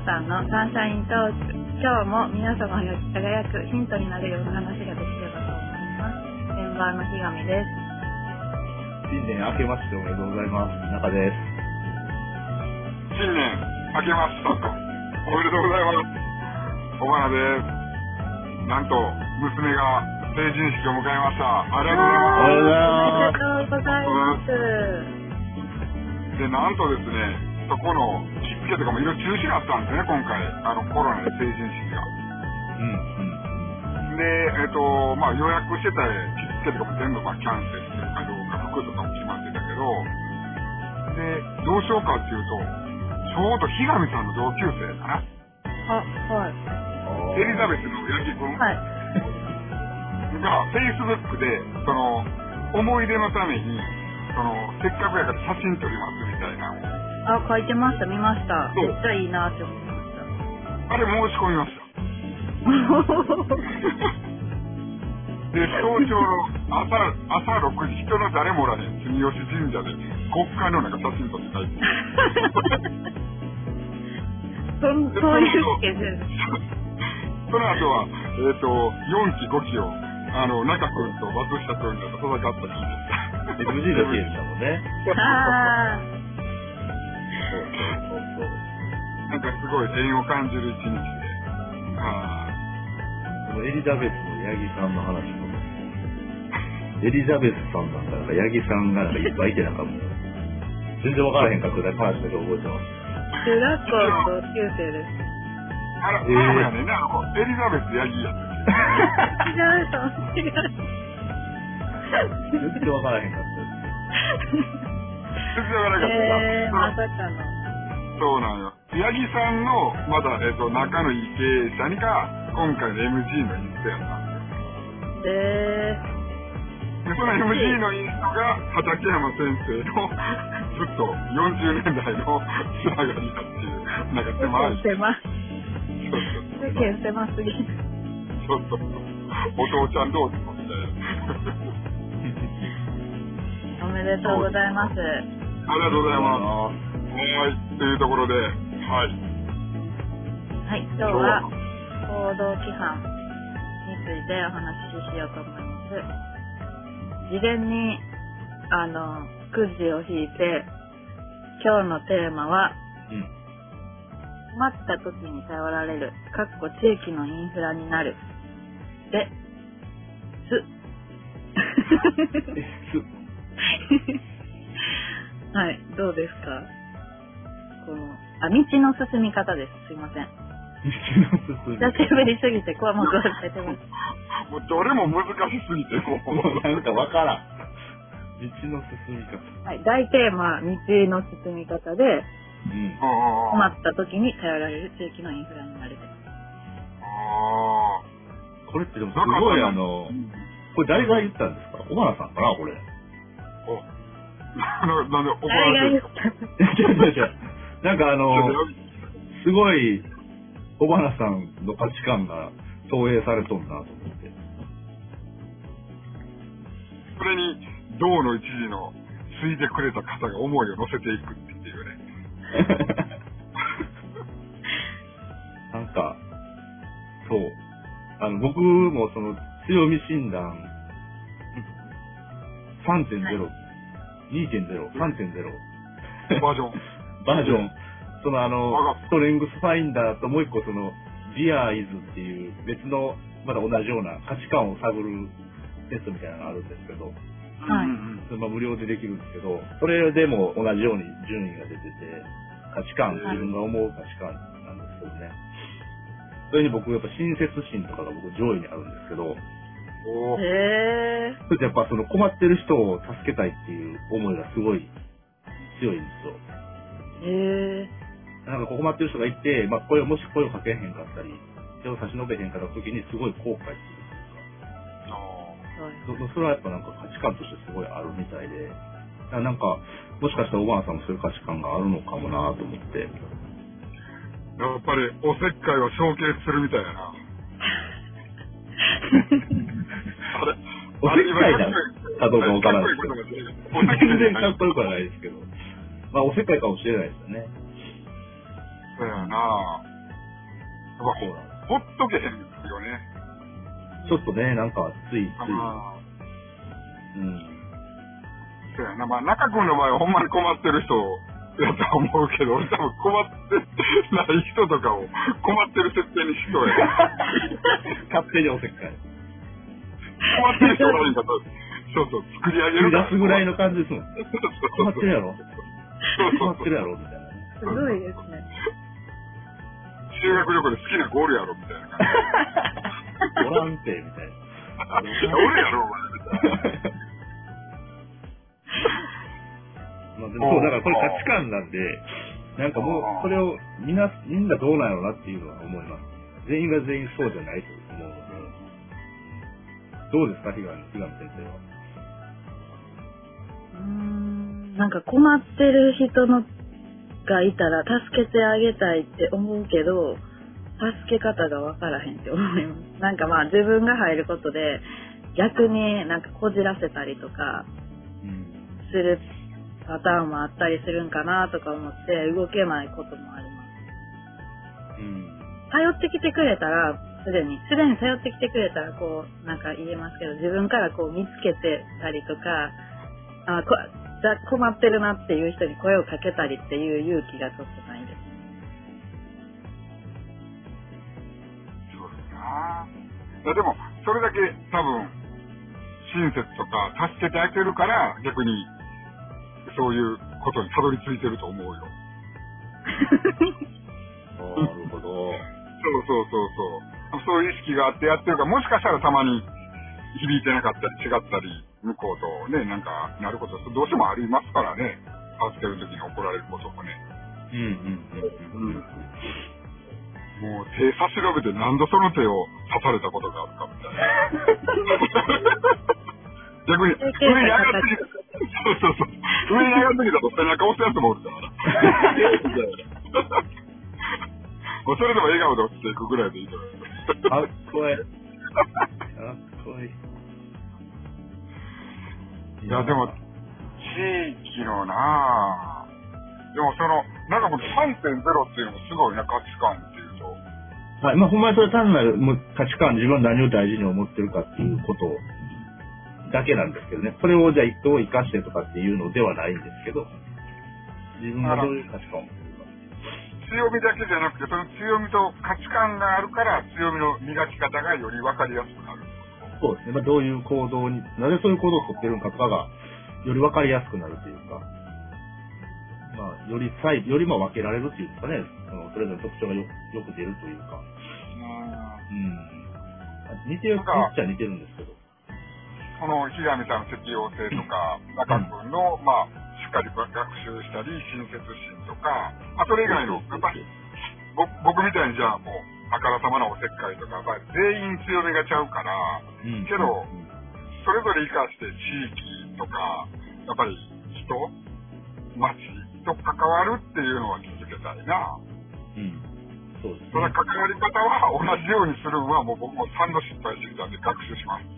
さんのサンシャイントーク、今日も皆様が輝くヒントになるような話ができればと思います。メンバーのひがみです。 新年明けましておめでとうございます。中です。 新年明けましたとおめでとうございます。小花です。なんと娘が成人式を迎えました。ありがとうございます。 おめでとうございます。 で、なんとですね、そこの着付けとかもいろいろ中止になったんですね、今回コロナで成人式が。で、予約してた着付けとかも全部キャンセルするかどうか、服とかも決まってたけど、で、どうしようかっていうと、ちょうどひがみさんの同級生かな。 はい。 エリザベスの八木君。 はい。 が、Facebook で、思い出のために、せっかくやから写真撮りますみたいなのを。 書いてました、見ました。 そうめっちゃいいなって思いました。あれ申し込みました。で、早朝の朝6時、人の誰もおらへん住吉神社で国会の写真撮ってたいってそういうスケジュール。 その後は、4期5期を中君と松下君と戦った日でした。MG のケースだもんね。 なんかすごい縁を感じる一日で。 エリザベスの八木さんの話も、エリザベスさんだったら八木さんがいっぱいいてなんかもう全然分からへんかっただけ話だけ覚えてます。 中学校の同級生です。 そうやねんね、エリザベス八木やったっけ。 違うと思う。 全然分からへんかった。 全然分からへんかった。 まさかの。 そうなんよ。八木さんのまだ仲のいい経営者にが今回の MG のインストやったんですよ。でその MG のインストが畠山先生のずっと40年代のつながりだっていう、なんか狭い。 世間狭すぎる。 そうそうそう。お父ちゃん同士もみたいな。 おめでとうございます。 ありがとうございます。はい、というところで、はい。 はい、今日は行動規範についてお話ししようと思います。事前にくじを引いて、今日のテーマは、困った時に頼られる、地域のインフラになるで、はい、どうですか？道の進み方です。すいません。 道の進み方。 久しぶりすぎて項目を忘れてます。 もうどれも難しすぎて、もうなんかわからん。道の進み方。 はい、大テーマ、道の進み方で、困った時に頼られる地域のインフラになるです。 これってでもすごいこれ誰が言ったんですか？小原さんかなこれ。 なんで怒られてるんですか？ なんかすごい小原さんの価値観が投影されとんなと思って。 それに道の一時の継いでくれた方が思いを乗せていくっていうね。 なんかそう僕もその強み診断 3.0、2.0、3.0 バージョン。 そのストレングスファインダーともう一個ジアイズっていう別のまだ同じような価値観を探るテストみたいなのがあるんですけど、無料でできるんですけど、それでも同じように順位が出てて、価値観、自分が思う価値観なんですけどね。それに僕やっぱ親切心とかが僕上位にあるんですけど、それってやっぱ困ってる人を助けたいっていう思いがすごい強いんですよ。なんか困ってる人がいて、もし声をかけへんかったり、手を差し伸べへんかった時にすごい後悔するっていうか、それはやっぱなんか価値観としてすごいあるみたいで、なんかもしかしたらおばあさんもそういう価値観があるのかもなと思って。 やっぱりおせっかいは承継するみたいやな。 おせっかいだかどうかわからないですけど、全然かっこよくはないですけど、おせっかいかもしれないですよね。 そうやな。 ほっとけへんですよね。 ちょっとね、なんか、つい。 そうやな。まあ、中君の場合はほんまに困ってる人やと思うけど、俺多分困ってない人とかを困ってる設定にしそうやな。 勝手におせっかい。 困ってる人がいいんだと、そうそう、作り上げる出すぐらいの感じですもん。困ってるやろ困ってるやろみたいな。 すごいですね。 修学旅行で好きなゴールやろみたいな感じ。 おらんて、みたいな。 俺やろ、お前みたいな。 まあでもそう、だからこれ価値観なんで、なんかもう、それをみんなどうなんやろうなっていうのは思います。全員が全員そうじゃないと思うので。どうですか、ひがみ先生は。 なんか困ってる人がいたら助けてあげたいって思うけど、助け方がわからへんって思います。なんかまあ自分が入ることで逆になんかこじらせたりとかするパターンもあったりするんかなとか思って動けないこともあります。頼ってきてくれたらすでに頼ってきてくれたらこうなんか言えますけど、自分からこう見つけてたりとか、困ってるなっていう人に声をかけたりっていう勇気がちょっとないです。 そうですな。でもそれだけ多分親切とか助けてあげるから逆にそういうことにたどり着いてると思うよ。 なるほど。 そういう意識があってやってるから、もしかしたらたまに響いてなかったり違ったり、向こうとね、なんかなることどうしてもありますからね。助けるときに怒られることもね。もう手差し伸べて何度その手を刺されたことがあるかみたいな。逆に上に上がってきた。上に上がってきたと背中押すやつもおるからな。もうそれでも笑顔で落ちていくぐらいでいいと思います。 かっこいい。 いやでも地域のなぁ。でもなんかこの 3.0 っていうのもすごいな、価値観っていうと。 はい、まあほんまにそれ単なる価値観、自分は何を大事に思ってるかっていうことだけなんですけどね。それをじゃあどう生かしてとかっていうのではないんですけど、自分がどういう価値観を持ってるか。 強みだけじゃなくて、その強みと価値観があるから強みの磨き方がより分かりやすくなる。 そうですね。まあ、どういう行動に、なぜそういう行動をとってるのかとかがより分かりやすくなるというか、まあ、よりも分けられるというかね、それぞれの特徴がよく出るというか。似てるっちゃ似てるんですけど。 そのひがみさんの適応性とか、中君の、まあ、しっかり学習したり、親切心とか、それ以外の、やっぱり、僕みたいにじゃあもう、あからさまなおせっかいとか、全員強みがちゃうから、けど、それぞれ生かして地域とか、やっぱり人、町と関わるっていうのは続けたいな。 そうですね。 その関わり方は同じようにするのはもう僕も3度失敗してきたんで学習します。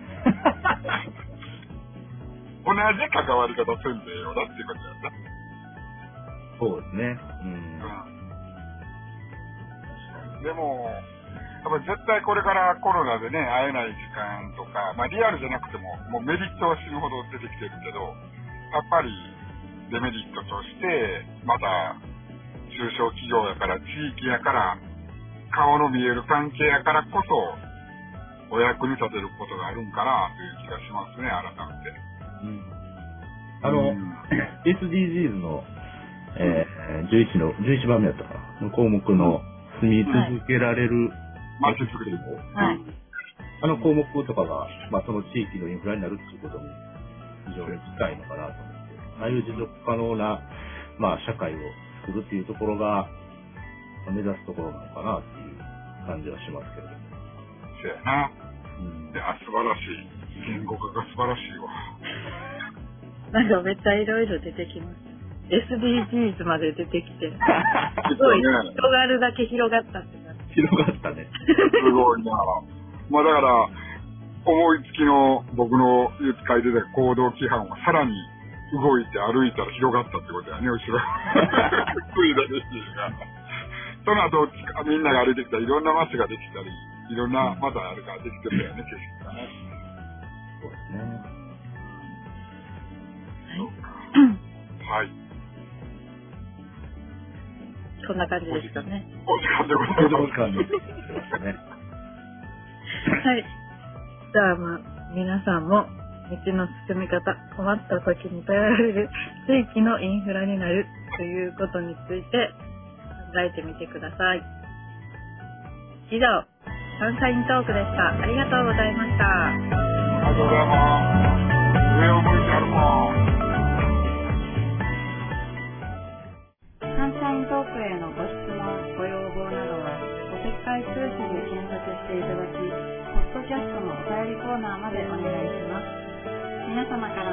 同じ関わり方せんでよなっていうことやな。 そうですね。 でも、やっぱり絶対これからコロナでね、会えない時間とか、リアルじゃなくても、もうメリットは死ぬほど出てきてるけど、やっぱりデメリットとして、また中小企業やから地域やから顔の見える関係やからこそお役に立てることがあるんかなという気がしますね、改めて。SDGs の、11番目やったかなの項目の住み続けられる街づくり。 項目とかが、その地域のインフラになるっていうことに非常に近いのかなと思って、ああいう持続可能な、社会を作るっていうところが目指すところなのかなっていう感じはしますけれども。 そうやな。いや、素晴らしい。言語化が素晴らしいわ。 なんかめっちゃいろいろ出てきます。SDGs まで出てきて。すごい、広がるだけ広がったって感じ。 広がったね。 すごいな。だから、思いつきの僕の書いてた行動規範はさらに動いて歩いたら広がったってことやね、後ろ。食いだけっていうか。 その後、みんなが歩いてきたらいろんな街ができたり、いろんなまだあるからできてるよね、景色がね。 そうですね。 はい。はい。 そんな感じですかね。 お時間でございます。 お時間ですね。 はい。じゃあ皆さんも道の進み方、困った時に頼られる地域のインフラになるということについて考えてみてください。以上、サンシャイントークでした。ありがとうございました。 ありがとうございます。上を向いて歩こう。 サンシャイントークへのご質問、ご要望などは、おせっかい通信で検索していただき、ポッドキャストのお便りコーナーまでお願いします。皆様から